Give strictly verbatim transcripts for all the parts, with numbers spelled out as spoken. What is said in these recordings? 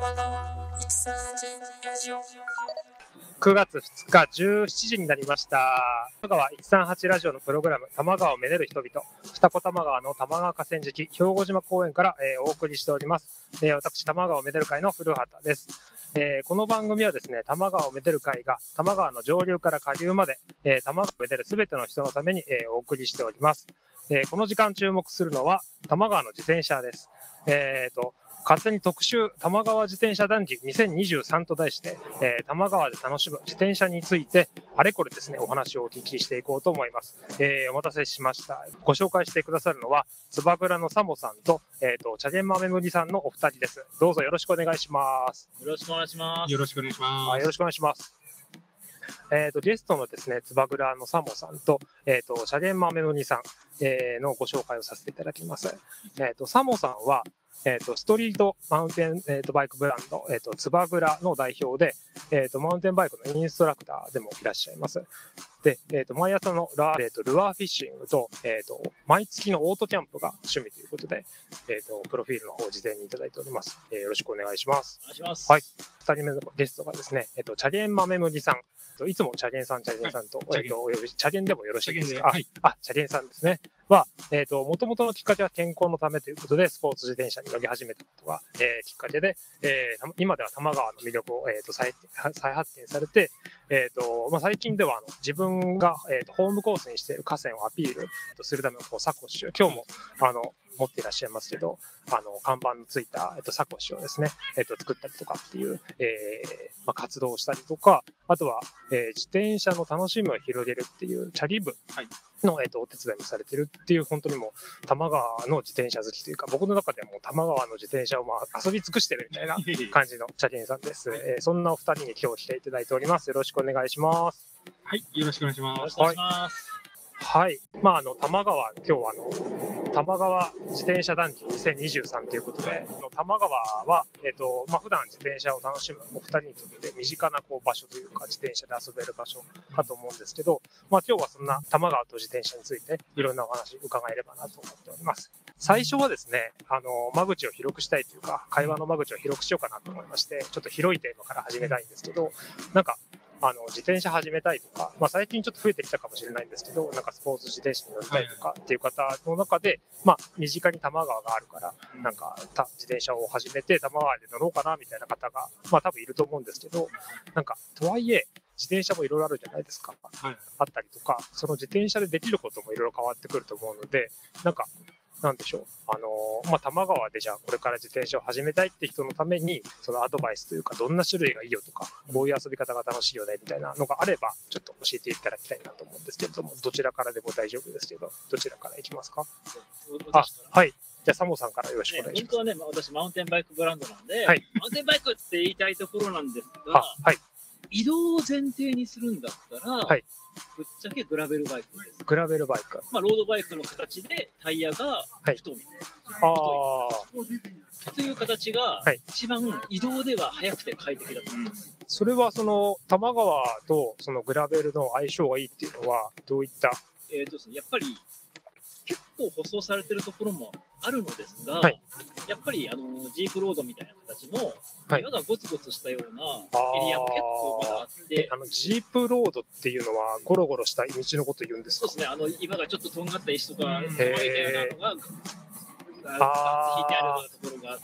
くがつふつかじゅうしちじになりました。多摩川いちさんはちラジオのプログラム、多摩川をめでる人々、二子玉川の多摩川河川敷兵庫島公園から、えー、お送りしております。えー、私、多摩川をめでる会の古畑です。えー、この番組はですね、多摩川をめでる会が多摩川の上流から下流まで、えー、多摩川をめでるすべての人のために、えー、お送りしております。えー、この時間注目するのは多摩川の自転車です。えーと勝手に特集多摩川自転車談義にせんにじゅうさんと題して、えー、多摩川で楽しむ自転車についてあれこれですねお話をお聞きしていこうと思います。えー、お待たせしました。ご紹介してくださるのはつばぐらのサモさんと、えーと茶源豆麦さんのお二人です。どうぞよろしくお願いします。 よろしくお願いします。 よろしくお願いします。 あ、よろしくお願いします。えーとゲストのですねつばぐらのサモさんと、えーと茶源豆麦さん、えー、のご紹介をさせていただきます。えーとサモさんはえっと、ストリートマウンテン、えー、とバイクブランド、えっと、つばぐらの代表で、えっと、マウンテンバイクのインストラクターでもいらっしゃいます。で、えっと、毎朝のラ、えっと、ルアーフィッシングと、えっと、毎月のオートキャンプが趣味ということで、えっと、プロフィールの方を事前にいただいております。えー、よろしくお願いします。 お願いします。 はい。二人目のゲストがですね、えっと、茶源豆麦さん。いつも茶源さん、茶源さんと、はい、えっと、お呼び、茶源でもよろしいですか？はい、あ、茶源さんですね。は、えっと、もともとのきっかけは健康のためということで、スポーツ自転車に乗り始めたことが、えー、きっかけで、えー、今では多摩川の魅力を、えー、と再再発見されて、えっと、まあ、最近ではあの自分が、えー、とホームコースにしている河川をアピールするためのこうサコッシュ、今日もあの持っていらっしゃいますけど、あの看板のついた、えっと、サコッシュをですね、えっと、作ったりとかっていう、えーまあ、活動をしたりとか、あとは、えー、自転車の楽しみを広げるっていうチャリ部の、えっと、お手伝いもされてるっていう、本当にもう多摩川の自転車好きというか、僕の中ではもう多摩川の自転車をまあ遊び尽くしてるみたいな感じのチャリンさんです。えー、そんなお二人に今日来ていただいております。よろしくお願いします。 はい、よろしくお願いします。 よろしくお願いします。 はい。まあ、あの、多摩川、今日はあの、多摩川自転車談義にせんにじゅうさんということで、多摩川は、えっと、まあ、普段自転車を楽しむお二人にとって身近なこう場所というか、自転車で遊べる場所かと思うんですけど、まあ、今日はそんな多摩川と自転車について、いろんなお話伺えればなと思っております。最初はですね、あの、間口を広くしたいというか、会話の間口を広くしようかなと思いまして、ちょっと広いテーマから始めたいんですけど、なんか、あの自転車始めたいとか、まあ、最近ちょっと増えてきたかもしれないんですけど、なんかスポーツ自転車に乗りたいとかっていう方の中で、まあ、身近に多摩川があるから、なんか自転車を始めて多摩川で乗ろうかなみたいな方が、まあ多分いると思うんですけど、なんか、とはいえ、自転車もいろいろあるじゃないですか。はい、あったりとか、その自転車でできることもいろいろ変わってくると思うので、なんか、なんでしょう。あのー、まあ、多摩川でじゃあこれから自転車を始めたいって人のために、そのアドバイスというか、どんな種類がいいよとか、こういう遊び方が楽しいよねみたいなのがあれば、ちょっと教えていただきたいなと思うんですけれども、どちらからでも大丈夫ですけど、どちらからいきますか？あ、はい。じゃあ、サモさんからよろしくお願いします。 ね、本当はね、私、マウンテンバイクブランドなんで、 はい、 マウンテンバイクって言いたいところなんですが、 はい、 移動を前提にするんだったら、はい、ぶっちゃけグラベルバイクです。 グラベルバイク。 まあ、ロードバイクの形でタイヤが太い。はい、 ああ。という形が、一番移動では速くて快適だと思います。 それは、その、多摩川とそのグラベルの相性がいいっていうのは、どういったえーとですね、やっぱり、結構舗装されてるところもあるのですが、はい、やっぱりあのジープロードみたいな形の岩がゴツゴツしたようなエリアも結構まだあって、 あのジープロードっていうのはゴロゴロした道のことを言うんですか？ そうですね、あの岩がちょっととんがった石とかみたいなのが引いてあるところがあって、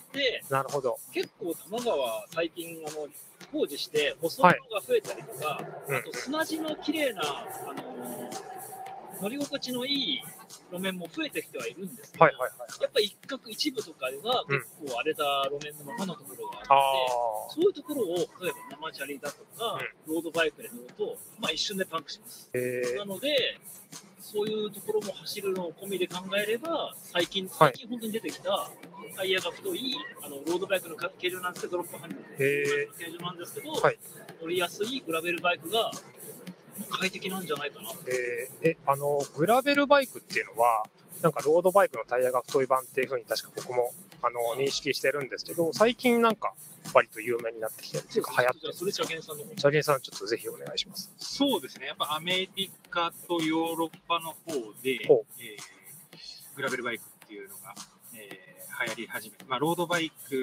なるほど。 結構多摩川最近あの工事して舗装が増えたりとか、はい、あと砂地の綺麗なあの乗り心地のいい路面も増えてきてはいるんですけど、はいはいはい、やっぱり一角一部とかでは結構荒れた路面のままのところがあって、うん、そういうところを例えば生チャリだとか、うん、ロードバイクで乗ると、まあ、一瞬でパンクします。なのでそういうところも走るのを込みで考えれば最近最近本当に出てきたタイヤが太いあのロードバイクの形状なんですけど、ドロップハンドルの形状なんですけど、はい、乗りやすいグラベルバイクが快適なんじゃないかな。 えー、え、あの、グラベルバイクっていうのは、なんかロードバイクのタイヤが太い版っていう風に確か僕も、あの、認識してるんですけど、最近なんか、割と有名になってきてるっていうか流行ってる。 それ茶源さんの方。 茶源さん、ちょっとぜひお願いします。 そうですね。やっぱアメリカとヨーロッパの方で、えー、グラベルバイクっていうのが、えー、流行り始めて、まあ、ロードバイク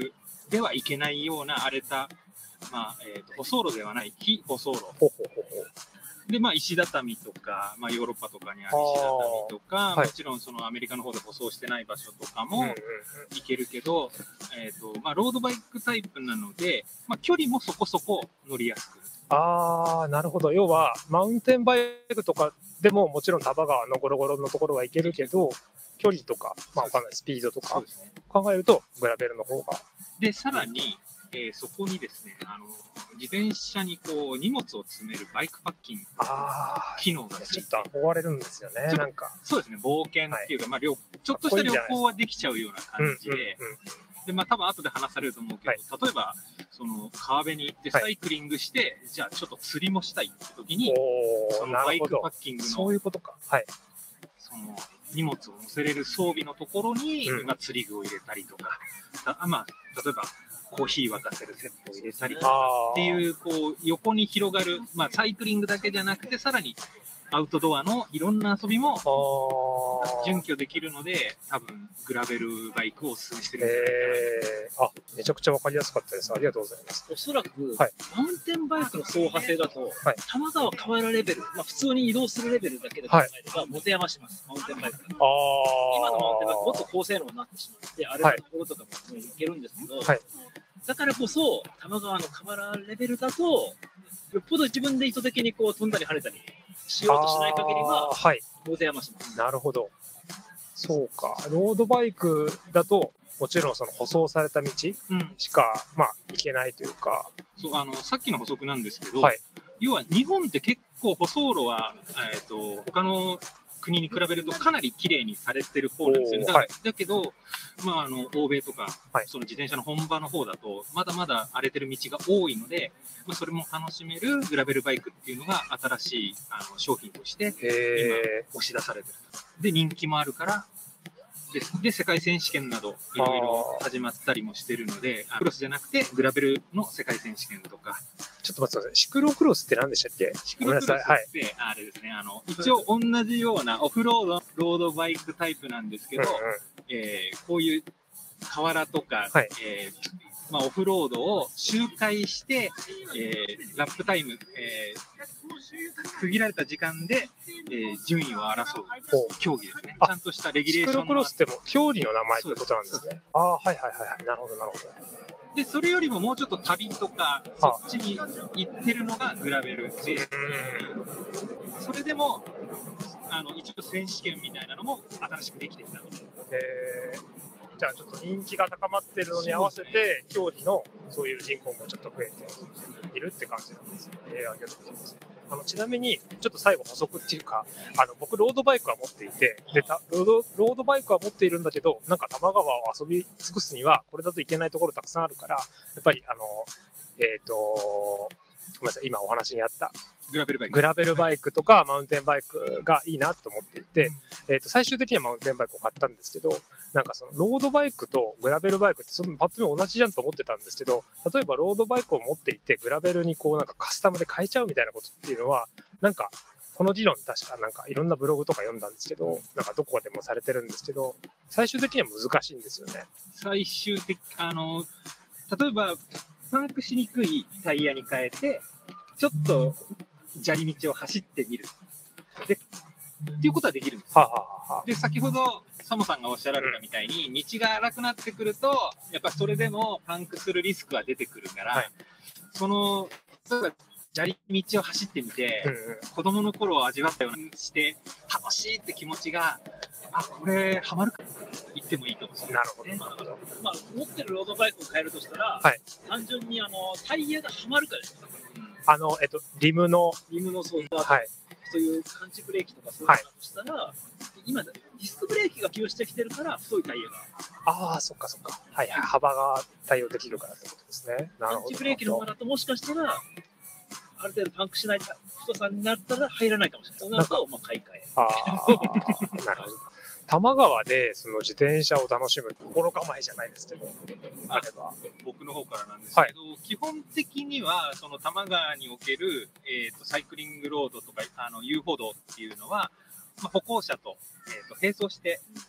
ではいけないような荒れた、まあえー、と舗装路ではない非舗装路ほうほうほうほう。 で、まあ、石畳とか、まあ、ヨーロッパとかにある石畳とか、 はいもちろんそのアメリカの方で舗装してない場所とかうんもうんうん。 行けるけど、えーとまあ、ロードバイクタイプなので、まあ、距離もそこそこ乗りやすく。 ああ、なるほど。要は、マウンテンバイクとかでも、もちろん多摩川のゴロゴロのところは行けるけど、距離とか、まあ、わかんない、スピードとかそうですね。 考えると、グラベルの方が。 で、さらに、えーそこにですね、あの自転車にこう荷物を詰めるバイクパッキングああ、 機能がつちょっいて、 と憧れるんですよね、 ちょっとなんか。 そうですね、冒険っていうか、まあ、旅ちょっとした旅行はできちゃうようなうんうん感じで、 うん。 で、まあ、多分後で話されると思うけど、 はい例えば、その川辺に行ってはいサイクリングして、じゃあちょっと釣りもしたいって時に、 おお、 そのなるほどバイクパ。ッキングそういのうことか。はい。 その荷物を乗せれる装備のところに、 うんまあ、釣り具を入れたりとか、あまあ、例えばコーヒー沸かせるセットを入れたりとかああ。 っていう、こう横に広がる、まあ、サイクリングだけじゃなくて、さらにアウトドアのいろんな遊びもああ。 準拠できるので、多分グラベルバイクをお勧めしてるんじゃないかな。 えー、あ、めちゃくちゃわかりやすかったです。ありがとうございます。 おそらく、 はいマウンテンバイクの走破性だと、 はい多摩川河原レベル、まあ、普通に移動するレベルだけで考えれば、持て余します、マウンテンバイクが。 ああ。 今のマウンテンバイク、もっと高性能になってしまって、あれのところとかももういけるんですけど、 はいだからこそ、多摩川の河原レベルだと、よっぽど自分で意図的にこう飛んだり跳ねたりしようとしない限りはあー、はい。 持て余します。 なるほど。そうか。ロードバイクだと、もちろんその舗装された道うん、 しか、まあ、行けないというか。 そうあのさっきの補足なんですけど、 はい。 要は日本って結構舗装路は、えー、と他の国に比べるとかなり綺麗にされてる方なんですよね。だ,、 おーはいだけど、まあ、あの欧米とか、 はいその自転車の本場の方だとまだまだ荒れてる道が多いので、まあ、それも楽しめるグラベルバイクっていうのが新しいあの商品としてへ押し出されてると。で人気もあるからでで世界選手権などいろいろ始まったりもしてるので、あクロスじゃなくてグラベルの世界選手権とか。 ちょっと待ってください。シクロクロスって何でしたっけ？ シクロクロスって、あれですね、あの、一応同じようなオフロード、ロードバイクタイプなんですけど、 うんうんえーこういう河原とか、 はいえーまあ、オフロードを周回して、えーラップタイム、えー区切られた時間で、えー順位を争うほ競技ですね。 あちゃんとしたレギュレーションのシクロクロスってもう競技の名前ってことなんですね。ああ、はいはいはいはい。なるほどなるほど。 で、それよりももうちょっと旅とか、そっちに行ってるのがグラベルで、それでも、あの、一応選手権みたいなのも新しくできてきたので。 えーじゃあちょっと人気が高まってるのに合わせて、競技のそういう人口もちょっと増えているって感じなんですね。えー、ありがとうございます。あのちなみに、ちょっと最後補足っていうか、あの僕、ロードバイクは持っていて、でたロード、ロードバイクは持っているんだけど、なんか多摩川を遊び尽くすには、これだといけないところたくさんあるから、やっぱり、あの、えっ、と、ごめんなさい、今お話にあった、 グラベルバイク。 グラベルバイクとかマウンテンバイクがいいなと思っていて、えー、と最終的にはマウンテンバイクを買ったんですけど、なんかそのロードバイクとグラベルバイクってそのパッと見同じじゃんと思ってたんですけど、例えばロードバイクを持っていてグラベルにこうなんかカスタムで変えちゃうみたいなことっていうのは、なんかこの議論確かなんかいろんなブログとか読んだんですけど、なんかどこでもされてるんですけど、最終的には難しいんですよね。 最終的、あの、例えば、パンクしにくいタイヤに変えて、ちょっと砂利道を走ってみる。で、っていうことはできるんです。 はあ、はあはあ、 で、先ほど、サモさんがおっしゃられたみたいに、道が荒くなってくると、やっぱそれでもパンクするリスクは出てくるから、 はい、 その、例えば砂利道を走ってみて、 うんうん、 子供の頃味わったようにして、楽しいって気持ちが、あ、これ、ハマるか言ってもいいかもしれないですね。 なるほど。 まあ、持ってるロードバイクを変えるとしたら、 はい、 単純にあのタイヤがはまるかです。 あの、えっと、リムの、 リムの操作、 はい、 そういう感知ブレーキとかそういうのだとしたら、今、ディスクブレーキが普及してきてるから、太いタイヤが。 ああ、そっかそっか。はいはい。幅が対応できるからってことですね。なるほど。 感知ブレーキの方だと、もしかしたら、ある程度パンクしない太さになったら入らないかもしれない。そうなると、まあ、買い替え。 ああ、なるほど。多摩川でその自転車を楽しむ心構えじゃないですけど、あれば。 僕の方からなんですけど、 はい、 基本的には、その多摩川における、えーと、サイクリングロードとか、あの遊歩道っていうのは、まあ、歩行者と,、えーと並走して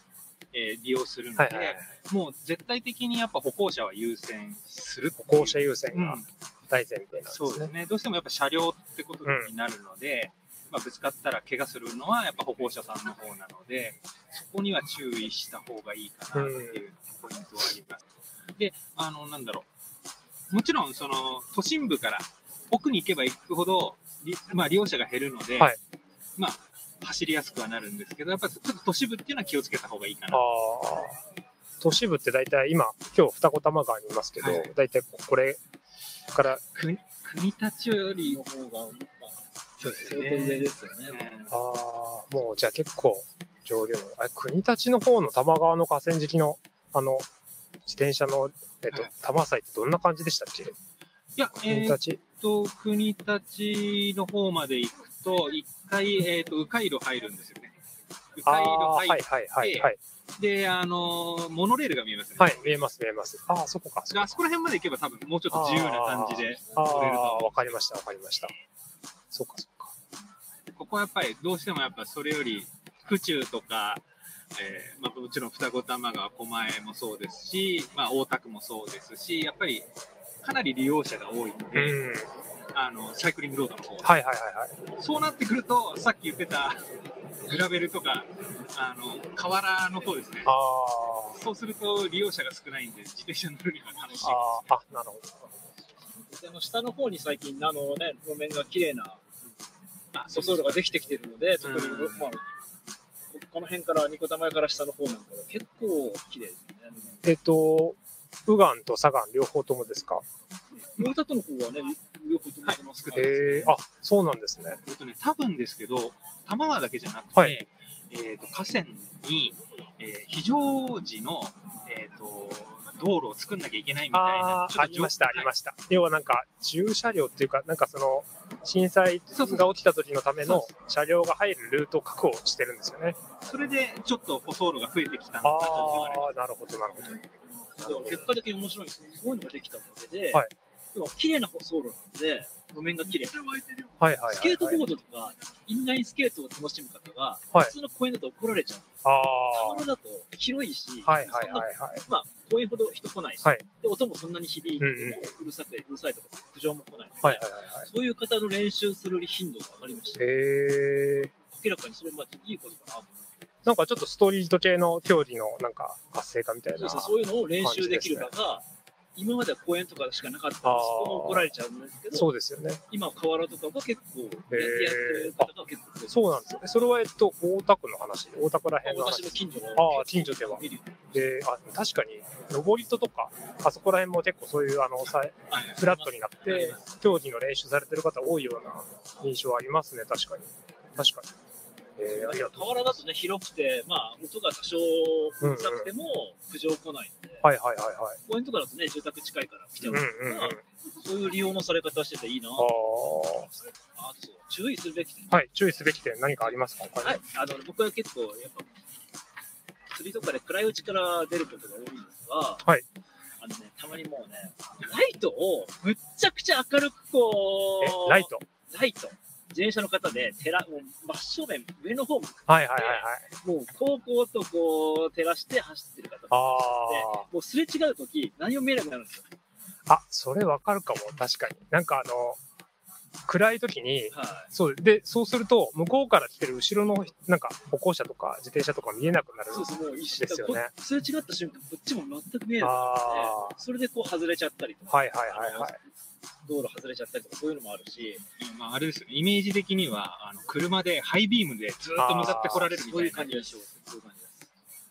えー利用するので、 はいはいはい、 もう絶対的にやっぱ歩行者は優先するっていう歩行者優先がうん大前提なんですね。 そうですね。どうしてもやっぱ車両ってことになるので、まあ、ぶつかったら怪我するのはやっぱ歩行者さんの方なので、そこには注意した方がいいかなっていうポイントはあります。で、あの、なんだろう。もちろん、その、都心部から奥に行けば行くほど、りまあ、利用者が減るので、 はい、 まあ、走りやすくはなるんですけど、やっぱりちょっと都市部っていうのは気をつけた方がいいかな。 あ都市部って大体今、今日二子玉川にいますけど、はい、大体これから。 国立よりの方が、そうですね。上ですよね。 ああ、もうじゃあ結構上流の、あれ国立の方の多摩川の河川敷のあの自転車のえっと、はい、多摩祭ってどんな感じでしたっけ？いや、国立、えー、っと国立の方まで行くと一回えー、っと迂回路入るんですよね。迂回路入って、はいはいはいはい。で、あのモノレールが見えますね。 はい、見えます見えます。ああ、そこか。 あそこら辺まで行けば多分もうちょっと自由な感じで乗れると。 ああ、わかりましたわかりました。そうかそうか。 ここはやっぱりどうしてもやっぱそれより府中とか、えーまあ、もちろん二子玉川狛江もそうですし、まあ、大田区もそうですし、やっぱりかなり利用者が多いので、うん、あのサイクリングロードの方、 はいはいはいはい、 そうなってくるとさっき言ってたグラベルとかあの河原の方ですね。あそうすると利用者が少ないんで自転車乗るには楽しい。 ああ、なるほど。 でも下の方に最近あの、ね、路面が綺麗な舗装路ができてきているので、特に、まあ、この辺から二子玉から下の方なんかは結構綺麗ですね。 えっと右岸と左岸両方ともですか？ 大田区の方はね両方ともありますけど。 へえ、あ、そうなんですね。 えっとね多分ですけど多摩川だけじゃなくて、はい、えっと河川に、えー、非常時のえっと道路を作んなきゃいけないみたいな。 あ, ありました、ありました。要はなんか、駐車両っていうか、なんかその、震災が起きた時のための車両が入るルートを確保してるんですよね。 それで、ちょっと舗装路が増えてきたのかと思われます。 ああ、なるほど、なるほど。結果的に面白いですね。そういうのができたわけで、はい、要は綺麗な舗装路なので、路面が綺麗。 はいはいはいはい、 スケートボードとか、インラインスケートを楽しむ方が、 はい、 普通の公園だと怒られちゃう。 ああ。 河原だと広いし、 はいはいはいはい。 まあ、公園ほど人来ないし、はい、で音もそんなに響いて、うんうん、うるさくて、うるさいとか、苦情も来ないので、はいはいはいはい、そういう方の練習する頻度が上がりました。 へー。 明らかにそれは、まあ、いいことかなと思って。 なんかちょっとストリート系の競技のなんか活性化みたいな、 そうそう、そういうのを練習できる場が、今までは公園とかしかなかったので、そこも怒られちゃうんですけど、 そうですよね。 今は河原とかが結構、やってる方が結構、 そうなんですよね。それはえっと大田区の話、大田区ら辺の話。 私の近所の。 ああ、近所では。で、あ、確かに登戸とかあそこら辺も結構そういうあのさフラットになって競技の練習されてる方多いような印象ありますね。確かに。確かに。 えー、ありがとう。河原だとね広くて、まあ音が多少うるさくても苦情来ないので、 うんうん、はいはいはいはい。 公園とかだとね住宅近いから来ちゃうから、うんうんうん、そういう利用のされ方してていいな。ああ、そう注意するべき点。 はい、注意すべき点何かありますか？ はい、あの僕は結構やっぱ釣りとかで暗いうちから出ることが多いんですが、 はい。 あのねたまにもうねライトをむっちゃくちゃ明るくこう、えライト、 ライト。自転車の方で照らもう真正面上の方向はいはいはいはいもうこうこうとこう照らして走ってる方でもうすれ違う時何も見えなくなるんですよ。 あ、それわかるかも。確かになんかあの暗い時に、 はい、 そうでそうすると向こうから来てる後ろのなんか歩行者とか自転車とか見えなくなるんですよね。 すれ違った瞬間こっちも全く見えなくなってそれでこう外れちゃったりとか、 はいはいはいはい、 道路外れちゃったりとかそういうのもあるし、 まあ、あれですよね、イメージ的にはあの車でハイビームでずっと向かってこられるみたいな、 そういう感じがします。そういう感じです。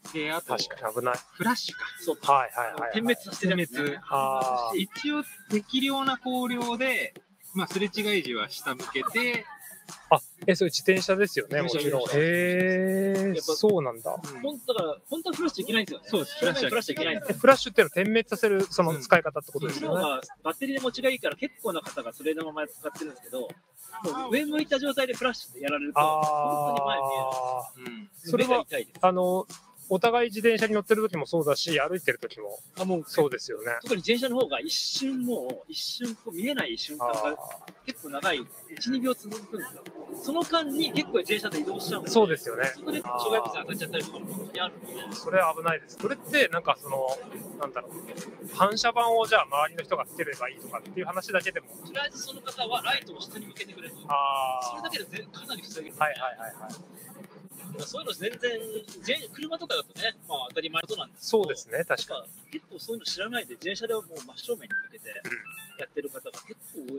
で、あと確かに危ないフラッシュか、 そうはいはいはい、はい、 点滅させてるやつ、ね、 あ一応適量な光量で、まあ、すれ違い時は下向けて。 あ、え、それ自転車ですよね、もちろん。へえ、そうなんだ。 本当は本当はフラッシュいけないんですよね。 そうです。 フラッシュフラッシュいけないんですよ。 フラッシュっていうのは点滅させるその使い方ってことですよね。 うん、バッテリーの持ちがいいから結構な方がそれのまま使ってるんですけど、もう上向いた状態でフラッシュってやられると本当に前見えない。 うん、それはあのお互い自転車に乗ってる時もそうだし、歩いてる時もあもうそうですよね。 特に自転車の方が一瞬もう、一瞬こう見えない瞬間が結構長い、いち、にびょう続くんですよ。その間に結構自転車で移動しちゃうんで、 そうですよね。 そこで障害物に当たっちゃったりとかも本当にあるので、 それは危ないです。それってなんかそのなんだろう、反射板をじゃあ周りの人がつければいいとかっていう話だけでも、 とりあえずその方はライトを下に向けてくれる。 あそれだけでぜかなり防げる。 はいはいはいはい。 そういうの全然、ぜ車とかだとね、まあ当たり前のことなんですけど、 そうですね、確かに。 なんか結構そういうの知らないで、自転車でもう真正面に向けてやってる方が結構多いので、 うんうん、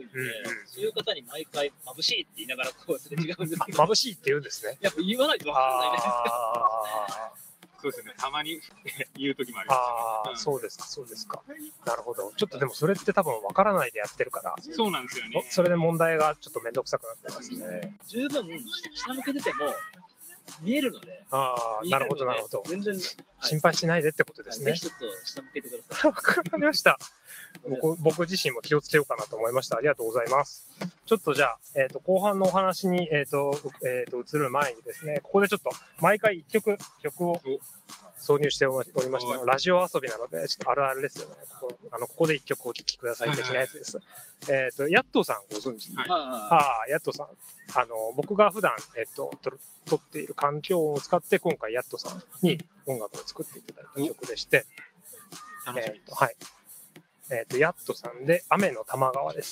そういう方に毎回眩しいって言いながらこうすれ違うんですけど、 眩しいって言うんですね。 やっぱ言わないと分かんないですか。 あそうですね、たまに言う時もあります、ね。 あ、 うん、 そうですか、そうですか。なるほど。ちょっとでもそれって多分分からないでやってるから、 そうなんですよね。 それで問題がちょっと面倒くさくなってますね。 十分下向けてても見えるので、 ああ、なるほど、なるほど。 全然、 心配しないでってことですね。 ぜひちょっと下向けてください。 わかりました。僕僕自身も気をつけようかなと思いました。ありがとうございます。ちょっとじゃあ、えっ、ー、と、後半のお話に、えっ、ー、と、えっ、ー、と、移る前にですね、ここでちょっと毎回一曲、曲を挿入しておりました。ラジオ遊びなので、ちょっとあるあるですよね。ここあのここで一曲お聴きください的なやつです。えっと、ヤットーさんご存知、はい、ああ、ヤットーさん。あの、僕が普段、えっ、と、と撮っている環境を使って、今回ヤットーさんに音楽を作っていただいた曲でして、えっ、と、はい。えっ、と、ヤットさんで雨の玉川です。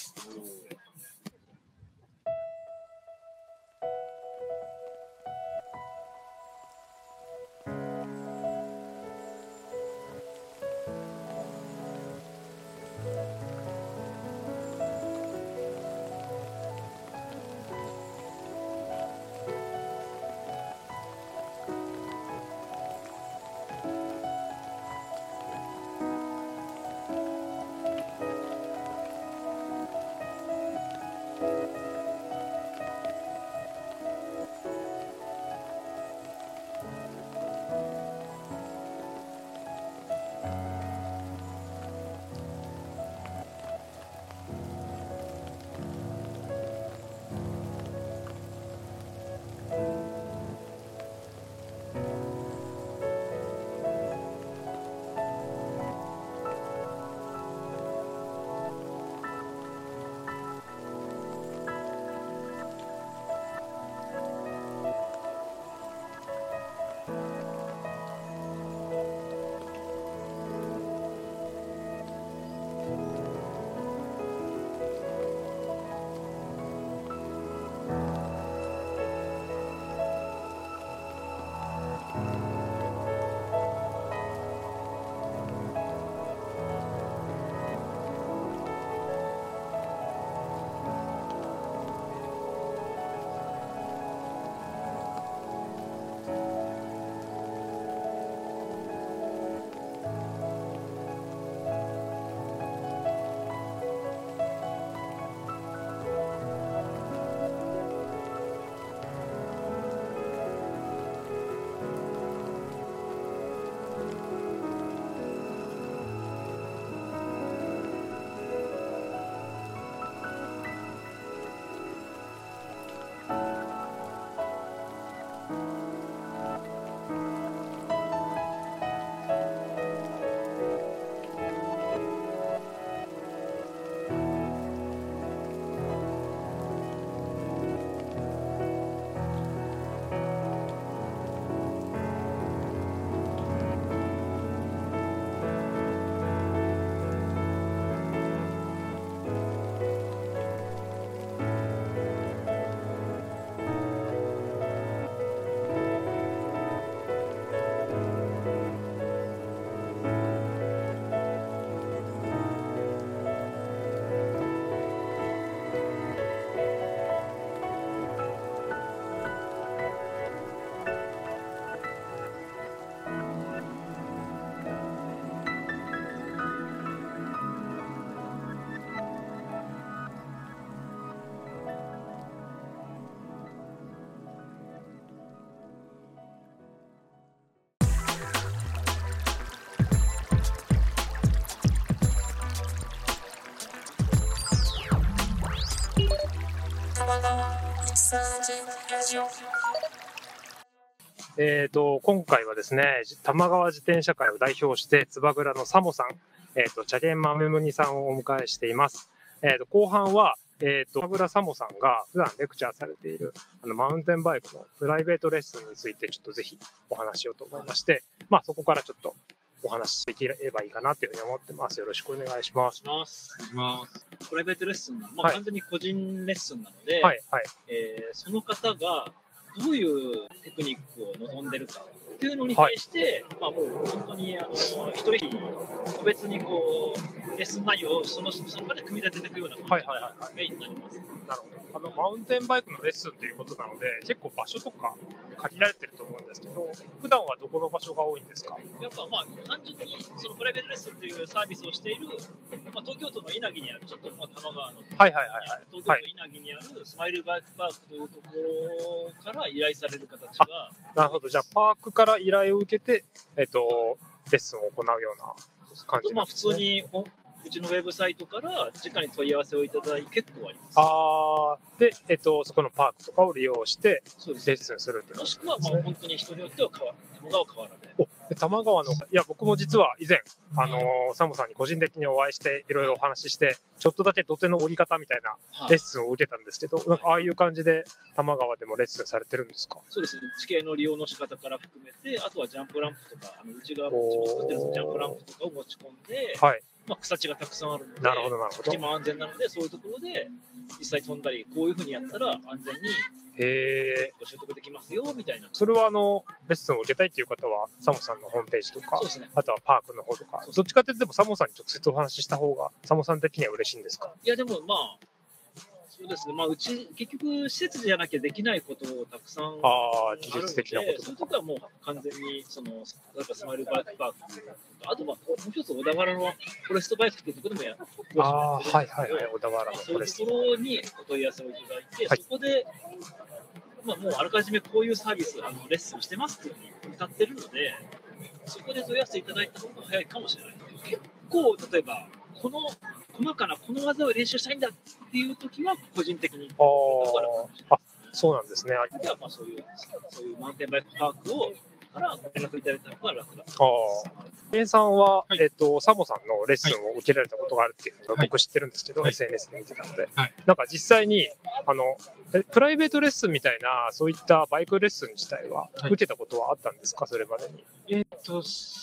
えっと、今回はですね、玉川自転車会を代表して、つばぐらのサモさん、えっと、茶源豆むにさんをお迎えしています。えっと、後半は、えっと、つばぐらサモさんが普段レクチャーされている、あの、マウンテンバイクのプライベートレッスンについて、ちょっとぜひお話ししようと思いまして、まあ、そこからちょっとお話しできればいいかなというふうに思ってます。よろしくお願いします。 お願いします。 プライベートレッスン、まあ、 はい完全に個人レッスンなので、 はい、はい。 えーその方がどういうテクニックを望んでるかっていうのに対して、まあもう本当にあの一人一人個別にこうレッスン内容をそのその場で組み立てていくような感じはいはいはいはいがメインになります。 なるほど。あの、マウンテンバイクのレッスンということなので、結構場所とか限られてると思うんですけど、普段はどこの場所が多いんですか？ やっぱまあ単純にそのプライベートレッスンというサービスをしている、まあ、東京都の稲城にあるちょっとまあ多摩川のはいはいはいはい。 東京都稲城にあるスマイルバイクパークというところから依頼される形が、 なるほど。じゃあ、パークから依頼を受けて、えっと、レッスンを行うような感じまあ普なんですね。 通にほんうちのウェブサイトから直に問い合わせをいただいて結構あります。 あー、で、えっと、そこのパークとかを利用してそうですレッスンするっていうもしくはまあ本当に人によっては変わらない。変わらない。 おで多摩川の、いや、僕も実は以前、あのーサモさんに個人的にお会いして、いろいろお話しして、ちょっとだけ土手の折り方みたいなはいレッスンを受けたんですけど、なんかああいう感じで多摩川でもレッスンされてるんですか？ そうですね。地形の利用の仕方から含めて、あとはジャンプランプとか、あの内側もうちも作ってるジャンプランプとかを持ち込んで、 はい。 まあ、草地がたくさんあるので、 なるほど、なるほど。 地も安全なので、そういうところで実際飛んだり、こういうふうにやったら安全にへえ。 ご習得できますよみたいな。 それはあの、レッスンを受けたいっていう方は、サモさんのホームページとかそう、ですね。 あとはパークの方とか、どっちかっていうとでもサモさんに直接お話しした方が、サモさん的には嬉しいんですか？ いや、でもまあ、そうですね。まあ、うち、結局、施設じゃなきゃできないことをたくさんあるので、 ああ、技術的なことそういうとか。 ところはもう完全に、その、例えばスマイルバイクパークと、あと、まあ、もう一つ、小田原のフォレストバイクっていうところでもやああ、はいはいはい、小田原のそういうフォレスト。 ところにお問い合わせをいただいて、 はいそこで、まあ、もうあらかじめこういうサービス、あのレッスンしてますっていうふうに歌ってるので、そこで問い合わせていただいた方が早いかもしれない。結構、例えば、この細かなこの技を練習したいんだっていう時は、個人的に。 ああ、あ、そうなんですね。あでは、まあ、そういう、そういうマウンテンバイクパークを、から連絡いただいた方が楽だ。 ああ。ケンさんは、 はいえっと、サモさんのレッスンを受けられたことがあるっていうのがはい僕知ってるんですけど、 はいエスエヌエス で見てたので、 はいなんか実際に、あの、えプライベートレッスンみたいな、そういったバイクレッスン自体ははい受けたことはあったんですか、それまでに。 えっと、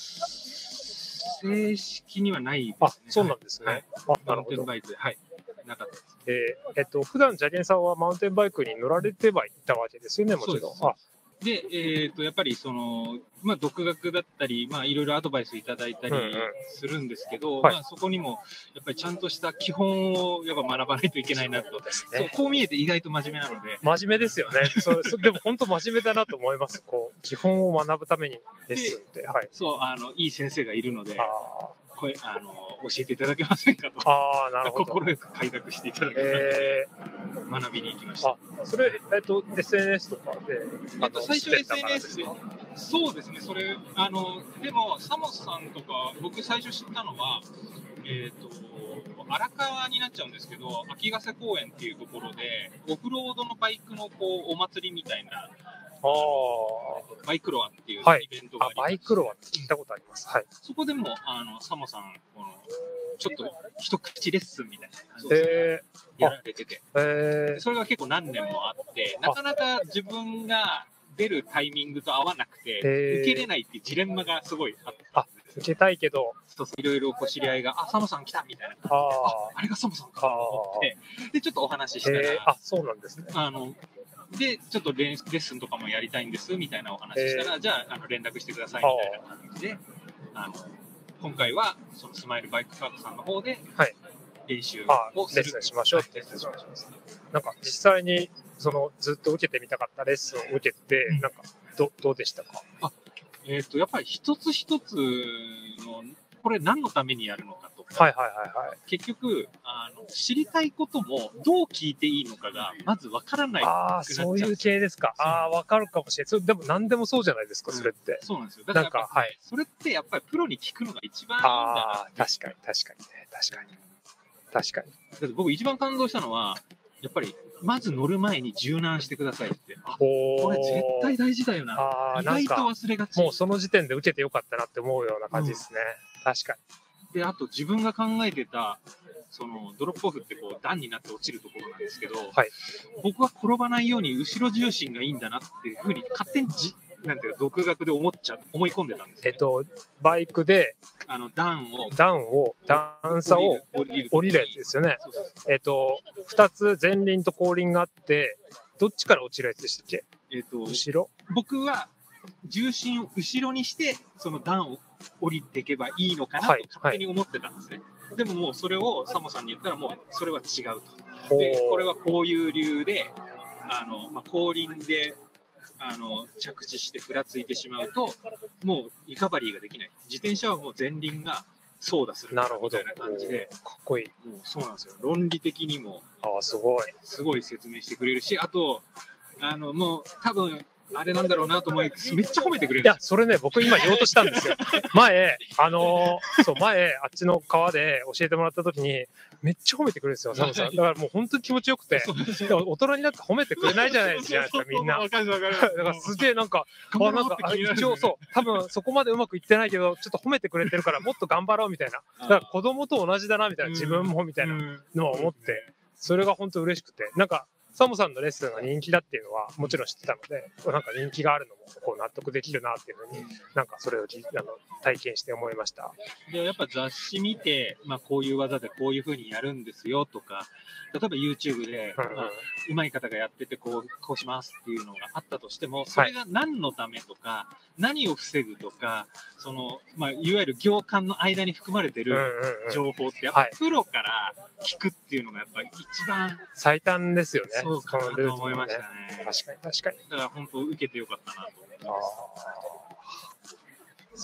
正式にはないですね。 あ、そうなんですね。 はいあ、 マなるほど。 ウンテンバイクで、はい。なかったです。 えーえっと、普段ジャゲンさんはマウンテンバイクに乗られてはいたわけですよね、もちろん。 そうですあ、 で、えっと、やっぱりその、まあ、独学だったり、まあ、いろいろアドバイスいただいたりうんうんするんですけど、 はいまあ、そこにも、やっぱりちゃんとした基本をやっぱ学ばないといけないなと。 そうですそうね。 こう見えて意外と真面目なので、 真面目ですよね。そうそでも本当真面目だなと思います。こう、基本を学ぶためにレッスンって。はい。 そう、あの、いい先生がいるので、 あこれ、あの、教えていただけませんかと。 ーあー、なるほど。 心よく開拓していただけたので、 え学びに行きましー、 た。 あ、それ、えっと、エスエヌエス とかで、 えっと、最初知ってたからエスエヌエス で、そうですね、それ、あの、でも、サモスさんとか、僕最初知ったのは、えっと、荒川になっちゃうんですけど、秋ヶ瀬公園っていうところで、オフロードのバイクのこうお祭りみたいな、 あーバイクロアっていうはいイベントがああ、 りまして、 バイクロは聞いたことあります。はい。 そこでも、あの、サモさん、この、ちょっと一口レッスンみたいな感じでえやられてて、 ー、えー、 それが結構何年もあって、なかなか自分が出るタイミングと合わなくて、 へー受けれないっていうジレンマがすごいあったんですよ。 受けたいけど、 そうそういろいろこう知り合いが、あ、サモさん来たみたいな。 ああ、あれがサモさんかと思って、で、ちょっとお話ししたら、 ー、えー、あ、そうなんですね。 あの、で、ちょっとレンレッスンとかもやりたいんですみたいなお話ししたら、じゃあ、あの連絡してくださいみたいな感じで、あの、今回は、そのスマイルバイクカートさんの方ではい、 練習あをする。 レッスンしましょうってはいレッスンしましょう。 なんか実際に、その、ずっと受けてみたかったレッスンを受けて、 うんなんか、ど、どうでしたか？ えっと、やっぱり一つ一つの、これ何のためにやるのかとか、 はいはいはいはい。 結局、あの、知りたいこともどう聞いていいのかが、まずわからない。 ああ、そういう系ですか。 そうああ、わかるかもしれない。それでも何でもそうじゃないですか、それって。 そうなんですよ。だからやっぱなんかはいそれってやっぱりプロに聞くのが一番いいんだなああ、 っていう確かに確かにね。確かに。確かに。 だって僕一番感動したのは、やっぱりまず乗る前に柔軟してくださいって。あ、 ここれ絶対大事だよな。 あ意外と忘れがち。 もうその時点で受けてよかったなって思うような感じですね。うん、確かに。で、あと自分が考えてた、そのドロップオフってこう段になって落ちるところなんですけど、はい、僕は転ばないように後ろ重心がいいんだなっていうふうに勝手にじなんていうか独学で思っちゃ思い込んでたんです、ね。 えっとバイクであの段を段を段差を降りる降りるやつですよね。そうそうそう、えっとふたつ前輪と後輪があってどっちから落ちるやつでしたっけ？えっと後ろ。僕は重心を後ろにしてその段を降りていけばいいのかなと勝手に思ってたんですね。はいはい、でももうそれをサモさんに言ったらもうそれは違うと。でこれはこういう理由であの、まあ、後輪であの着地してふらついてしまうともうリカバリーができない。自転車はもう前輪が操舵するみたいな感じで、 かっこいい。 もうそうなんですよ。論理的にもあすごいすごい説明してくれるし、あとあのもう多分あれなんだろうなと思いめっちゃ褒めてくれる。 いやそれね僕今言おうとしたんですよ。前あのー、そう前あっちの川で教えてもらった時にめっちゃ褒めてくれるんですよサムさん。だからもう本当に気持ちよくて、大人になって褒めてくれないじゃないですかみんな。だからすげえなんかあなんか一応そう多分そこまでうまくいってないけどちょっと褒めてくれてるからもっと頑張ろうみたいな。だから子供と同じだなみたいな自分もみたいなのは思ってそれが本当嬉しくてなんか。サモさんのレッスンが人気だっていうのはもちろん知ってたのでなんか人気があるのもこう納得できるなっていうのになんかそれをあの体験して思いました。 でやっぱ雑誌見て、まあ、こういう技でこういう風にやるんですよとか例えば YouTube で、うんうんまあ、上手い方がやっててこうこうしますっていうのがあったとしてもそれが何のためとか、はい、何を防ぐとかその、まあ、いわゆる行間の間に含まれてる情報ってやっぱプロから聞くっていうのがやっぱり一番最短ですよね。 そうかなと思いましたね。 確かに確かに。 だから本当受けてよかったなと思ってます。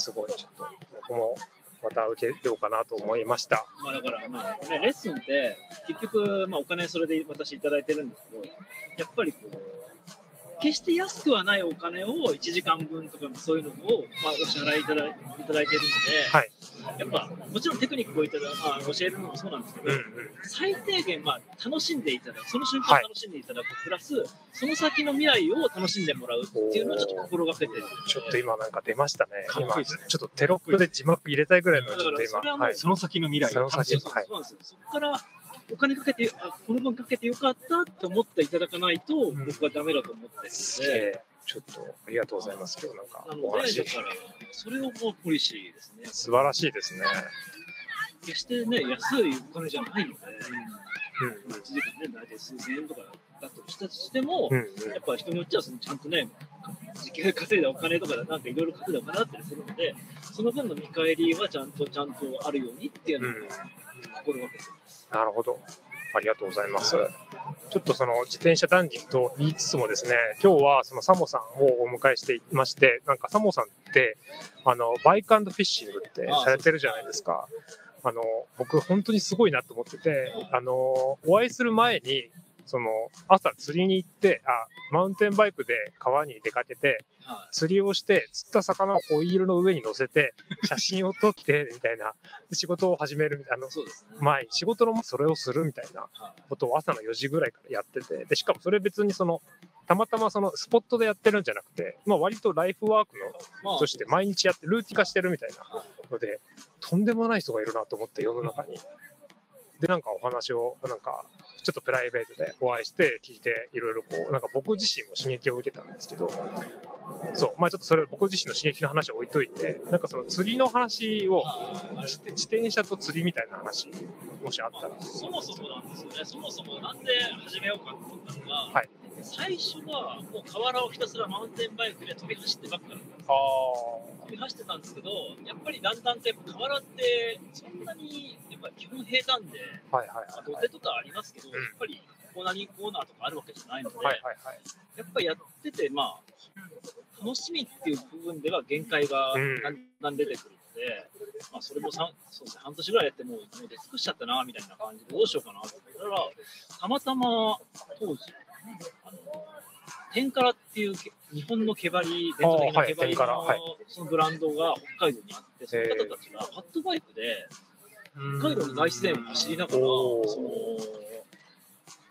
すごいちょっと僕もまた受けようかなと思いました。 まあだからまあねレッスンって結局まあお金それで私いただいてるんですけどやっぱりこう決して安くはないお金をいちじかんぶんとかそういうのをまあお支払いいただいただいてるので。はいやっぱもちろんテクニックをいただ、まあ、教えるのもそうなんですけど、うんうん、最低限、まあ、楽しんでいただくその瞬間を楽しんでいただく、はい、プラスその先の未来を楽しんでもらうっていうのをちょっと心がけてる。 ちょっと今なんか出ましたね。今ちょっとテロップで字幕入れたいぐらいのちょっと今だからそれはもうその先の未来を楽しんでそうなんですよ。そこからお金かけてあこの分かけてよかったと思っていただかないと、うん、僕はダメだと思ってるので。 ちょっとありがとうございます。今日なんかお話だからそれをもうポリシーですね。 素晴らしいですね。 決してね安いお金じゃないので、うん、いちじかんね大体数千円とかだとしたとしても、うんうん、やっぱ人によってはそのちゃんとね時給稼いだお金とかなんかいろいろ稼いだお金だったりするので、その分の見返りはちゃんとちゃんとあるようにっていうのを心がけてます。 なるほど。ありがとうございます。ちょっとその自転車談義と言いつつもですね、今日はそのサモさんをお迎えしていまして、なんかサモさんってあのバイク&フィッシングってされてるじゃないですか。あの僕本当にすごいなと思ってて、あのお会いする前にその朝釣りに行ってあマウンテンバイクで川に出かけて釣りをして釣った魚をホイールの上に乗せて写真を撮ってみたいな仕事を始めるみたいな前仕事のそれをするみたいなことを朝のよじぐらいからやっててでしかもそれ別にそのたまたまそのスポットでやってるんじゃなくて、まあ、割とライフワークのとして毎日やってルーティン化してるみたいなのでとんでもない人がいるなと思って世の中に。でなんかお話をなんかちょっとプライベートでお会いして聞いていろいろこうなんか僕自身も刺激を受けたんですけどそうまあちょっとそれ僕自身の刺激の話を置いといてなんかその釣りの話を自転車と釣りみたいな話もしあったらそもそもなんですよねそもそもなんで始めようかと思ったのが、はい、最初はもう河原をひたすらマウンテンバイクで飛び走ってばっかりだったんですよ。飛び走ってたんですけどやっぱりだんだんとやっぱ河原ってそんなにやっぱ基本平坦で、はいはいはいはい、土手とかありますけど、うん、やっぱりコーナーにコーナーとかあるわけじゃないので、はいはいはい、やっぱりやっててまあ楽しみっていう部分では限界がだんだん出てくるので、うん、まあそれもさそうですね半年ぐらいやってもうもう出尽くしちゃったなみたいな感じでどうしようかなと思ったらたまたま当時あのテンカラっていう日本の毛針伝統的な毛針 の,、はい、そのブランドが北海道にあってその方たちがハットバイクで北海道の大自然を走りながらその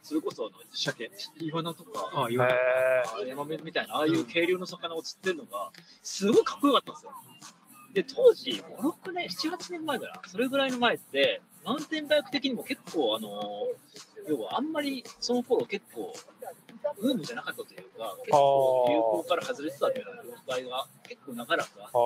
それこそあの鮭、イワナとか、 ああ、言わない。 あヤマメみたいな、ああいう渓流の魚を釣ってるのが、すごいかっこよかったんですよ。で、当時、ご、ろくねん、なな、はちねんまえだな、それぐらいの前って、マウンテンバイク的にも結構、あの、要はあんまりその頃結構、ブームじゃなかったというか、結構流行から外れてたというような状態が結構長らくあって、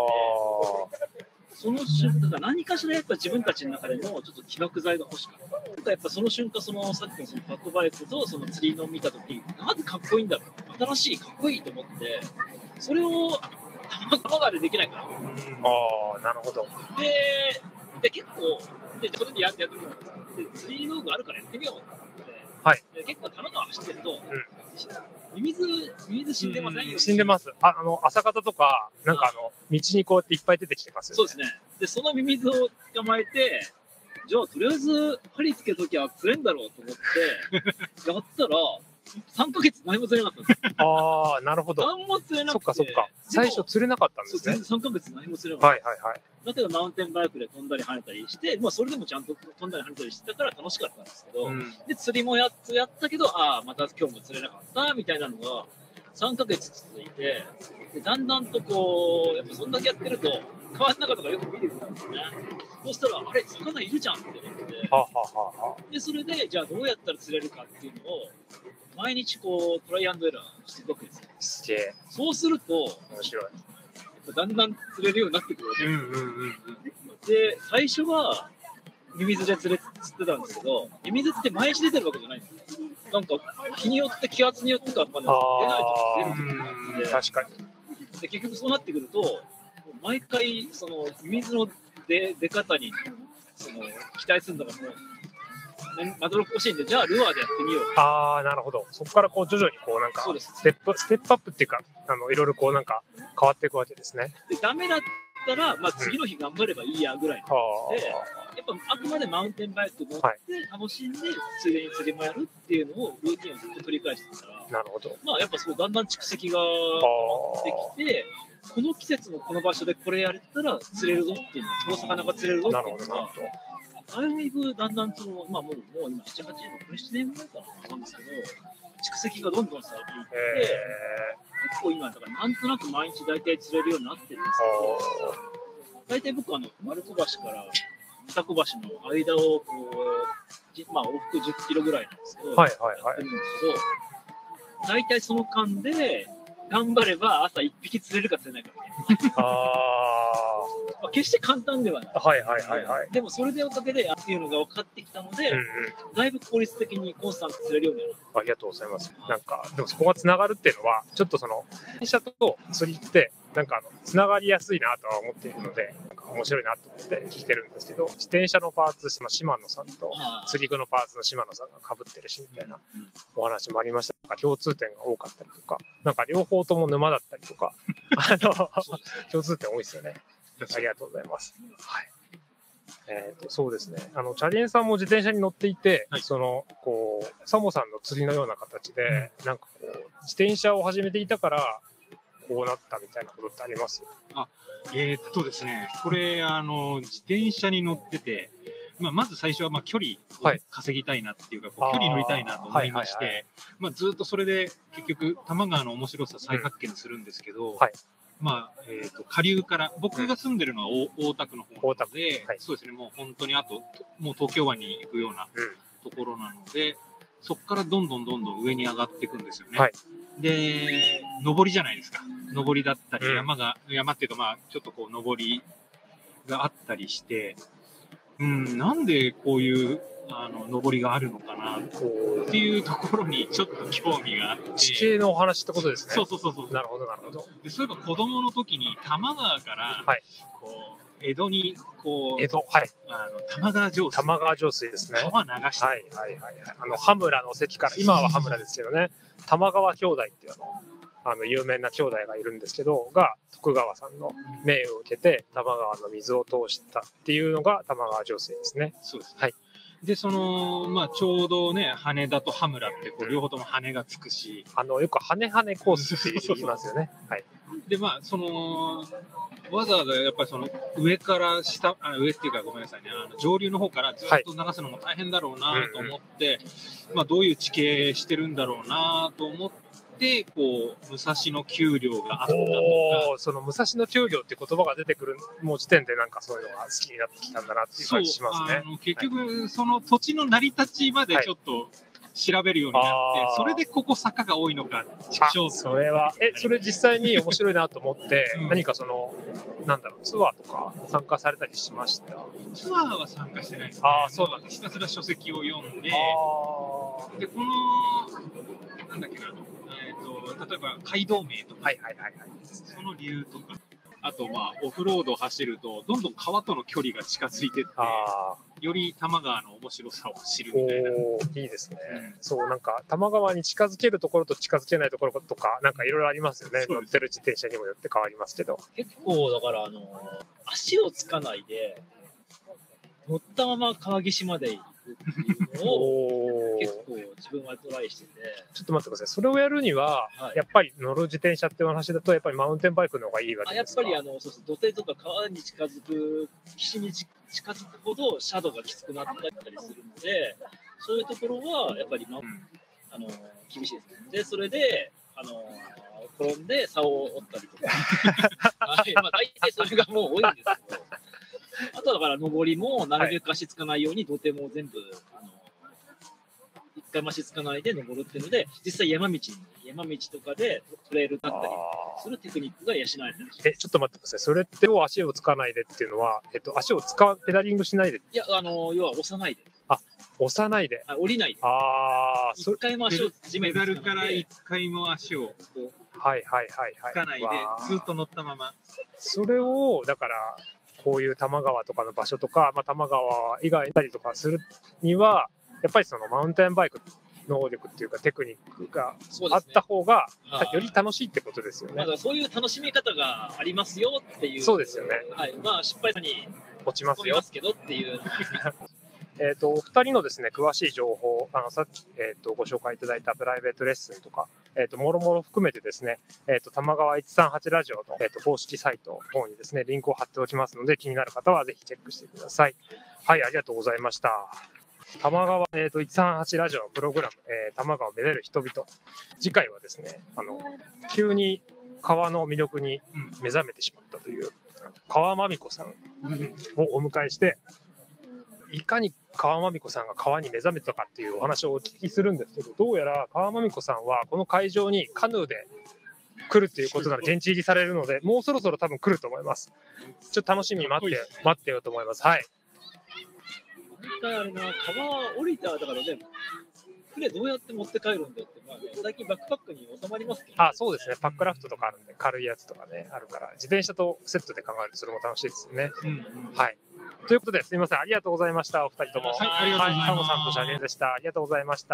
その瞬間、何かしらやっぱ自分たちの中でもちょっと起爆剤が欲しかった。なんかやっぱその瞬間、そのさっきのそのパッドバイクとその釣りの見たとき、なんでかっこいいんだろう、新しい、かっこいいと思って、それを玉川でできないかな。 ああ、なるほど。 で、で結構、でそれでやってやってみようで、釣り道具あるからやってみようと思って、 はい、 で結構玉川走ってると、 うん、 ミミズ、ミミズ死んでませんよ、 うん、死んでます。あ、あの、朝方とか、なんかあの、道にこうやっていっぱい出てきてますよね。 そうですね。で、そのミミズを捕まえて、じゃあ、とりあえず、針つけときゃ釣れんだろうと思って、やったら、さんかげつ何も釣れなかったんです。 ああ、なるほど。 何も釣れなくて。 そっかそっか。最初釣れなかったんですね。 そう、さんかげつ何も釣れなかった。 はいはいはい。 だけど、マウンテンバイクで飛んだり跳ねたりして、まあ、それでもちゃんと飛んだり跳ねたりしてたから楽しかったんですけど、うん、で、釣りもやっつやったけど、ああ、また今日も釣れなかったみたいなのが、さんかげつ続いて、でだんだんとこう、やっぱそんだけやってると、川の中とかよく見るようになるんですね。そしたら、あれ、魚いるじゃんって思って、 ははははで、それで、じゃあどうやったら釣れるかっていうのを、毎日こう、トライアンドエラーしていくわけですよ。 すげえ。 そうすると、 面白い。 だんだん釣れるようになってくるわけです。 うんうんうんうん、 で、最初は、ミミズで釣れ釣ってたんですけど、ミミズって毎日出てるわけじゃないんですよ。なんか、日によって気圧によってかわかんないですけど、出ないと出ると確かに。で、結局そうなってくると、毎回、その、ミミズの出出方に、その、期待するのがもう、まどろっこしいんで、じゃあルアーでやってみよう。 ああ、なるほど。そこからこう徐々にこうなんか、ステップ、ステップアップっていうか、あの、いろいろこうなんか変わっていくわけですね。 で、ダメだったら、まあ次の日頑張ればいいやぐらいので、やっぱあくまでマウンテンバイク乗って楽しんで、ついでに釣りもやるっていうのをルーティンをずっと繰り返してたら、 なるほど。 まあやっぱそうだんだん蓄積が溜まってきて、この季節のこの場所でこれやれたら釣れるぞっていうの、この魚が釣れるぞっていうのが、だいぶだんだんと、まあもう、もう今なな、はちねん、これななねんぐらいかななんですけど、蓄積がどんどんされていって、えー、結構今、だからなんとなく毎日大体釣れるようになってるんですけど、大体僕あの、丸子橋から二子橋の間をこう、まあ往復じゅっキロぐらいなんですけど、 はいはいはい、 やってるんですけど、大体その間で、頑張れば朝一匹釣れるか釣れないかみたいな。あまあ決して簡単ではない。 はいはいはいはい。 でもそれでおかげでっていうのが分かってきたので、うんうん、だいぶ効率的にコンスタント釣れるようになる。 ありがとうございます。なんか、でもそこがつながるっていうのは、ちょっとその、電車と釣りって、なんかあの、つながりやすいなとは思っているので、なんか面白いなと思って聞いてるんですけど、自転車のパーツ、島野さんと釣り具のパーツの島野さんが被ってるし、みたいなお話もありましたが、共通点が多かったりとか、なんか両方とも沼だったりとか、あの、共通点多いですよね。ありがとうございます。はい。えーと、そうですね。あの、チャリエンさんも自転車に乗っていて、はい、その、こう、サモさんの釣りのような形で、うん、なんかこう、自転車を始めていたから、こうなったみたいなことってあります？ あ、えー、っとですね、これ、あの、自転車に乗ってて、まあ、まず最初は、まあ、距離を稼ぎたいなっていうか、はい、こう距離乗りたいなと思いまして、はいはいはい、まあ、ずっとそれで、結局、多摩川の面白さ再発見するんですけど、うんはい、まあ、えっ、ー、と、下流から、僕が住んでるのは大田区の方なので、はい、そうですね、もう本当にあと、もう東京湾に行くようなところなので、うん、そこからどんどんどんどん上に上がっていくんですよね。はい、で、上りじゃないですか。上りだったり、山が、うん、山っていうかまあ、ちょっとこう、上りがあったりして、うん、なんでこういう、あの、上りがあるのかな、っていうところにちょっと興味があって。 地形のお話ってことですね。 そうそうそうそう。 なるほど、なるほど。 で、そういえば子供の時に多摩川から、はい、こう、江戸に、こう、 江戸、はい。 あの、玉川上水。 玉川上水ですね。 川流して。 はいはいはいはい。あの、羽村の関から、今は羽村ですけどね、玉川兄弟っていうの、あの、有名な兄弟がいるんですけど、が、徳川さんの命を受けて、玉川の水を通したっていうのが玉川上水ですね。 そうです。はい。で、その、まあ、ちょうどね、羽田と羽村って、こう、両方とも羽がつくし。 あの、よく羽羽コースって言いますよね。はい。 で、まあ、その、 わざわざやっぱりその上から下、あ上っていうかごめんなさいね、あの上流の方からずっと流すのも大変だろうなと思って、はい、まあ、どういう地形してるんだろうなと思って、こう武蔵野丘陵があったとか、 その武蔵野丘陵って言葉が出てくるもう時点でなんかそういうのが好きになってきたんだなっていう感じしますね。 あの結局、はい、その土地の成り立ちまでちょっと、はい、調べるようになって、それでここ坂が多いのか、 それは、え、それ実際に面白いなと思って、うん、何かその、なんだろう、ツアーとか参加されたりしました？ ツアーは参加してないですね。 ああ、そうなんです。 ひたすら書籍を読んで、で、この、なんだっけな、えっと、例えば街道名とか、 はいはいはいはい、 その理由とか、あと、まあ、オフロードを走ると、どんどん川との距離が近づいてって、より多摩川の面白さを知るみたいな。 おー、いいですね。うん、そう、なんか、多摩川に近づけるところと近づけないところとか、なんかいろいろありますよね。乗ってる自転車にもよって変わりますけど。 結構、だから、あの、足をつかないで、乗ったまま川岸まで行くっていうのを、結構自分はトライしてて。 ちょっと待ってください。それをやるには、はい、やっぱり乗る自転車っていう話だと、やっぱりマウンテンバイクの方がいいわけですか？ あ、やっぱりあの、そうそう、土手とか川に近づく、岸に近づくほどシャドウがきつくなったりするので、そういうところはやっぱり、ま、あの厳しいですね。で、それで、あの転んで竿を折ったりとか、はい、まあ、大体それがもう多いんですけど、あとはだから上りもなるべく足つかないように土手も全部、あの一回も足つかないで登るっていうので、実際山道に山道とかでトレイルだったりするテクニックが養えてる。 え、ちょっと待ってください。それって足をつかないでっていうのは、えっと、足を使う、ペダリングしないで？ いや、あの、要は押さないで。 あ、押さないで。 あ、降りないで。 ああ、 一回も足を地面にペダルから一回も足をはいはいはいはい。 つかないで、ずっと乗ったまま。 それを、だから、こういう多摩川とかの場所とか、まあ、多摩川以外にたりとかするには、やっぱりそのマウンテンバイク能力っていうかテクニックがあった方が、ね、より楽しいってことですよね。 まあ、そういう楽しみ方がありますよっていう。 そうですよね。 はい。まあ失敗に落ちますよ。 落ちますけどっていう。 えっと、お二人のですね、詳しい情報、あの、さっき、えっと、ご紹介いただいたプライベートレッスンとか、えっと、もろもろ含めてですね、えっと、玉川いちさんはちラジオの、えっと、公式サイトの方にですね、リンクを貼っておきますので、気になる方はぜひチェックしてください。はい、ありがとうございました。玉川、えっと、いちさんはちラジオのプログラム、えー、玉川をめでる人々。次回はですね、あの、急に川の魅力に目覚めてしまったという、川まみこさんをお迎えして、いかに川まみこさんが川に目覚めたかっていうお話をお聞きするんですけど、どうやら川まみこさんはこの会場にカヌーで来るっていうことなら現地入りされるので、もうそろそろ多分来ると思います。ちょっと楽しみに待って、待ってようと思います。はい。 あれな、川降りただからね、船どうやって持って帰るんだって、まあね、最近バックパックに収まりますけど、ね、 あ、そうですね。パックラフトとかあるんで、軽いやつとかね、あるから、自転車とセットで考えるとそれも楽しいですよね。うんうん、はい。ということで、すみません。ありがとうございました。お二人とも。 はい、ありがとうございます。 タモさんとシャゲンでした。ありがとうございました。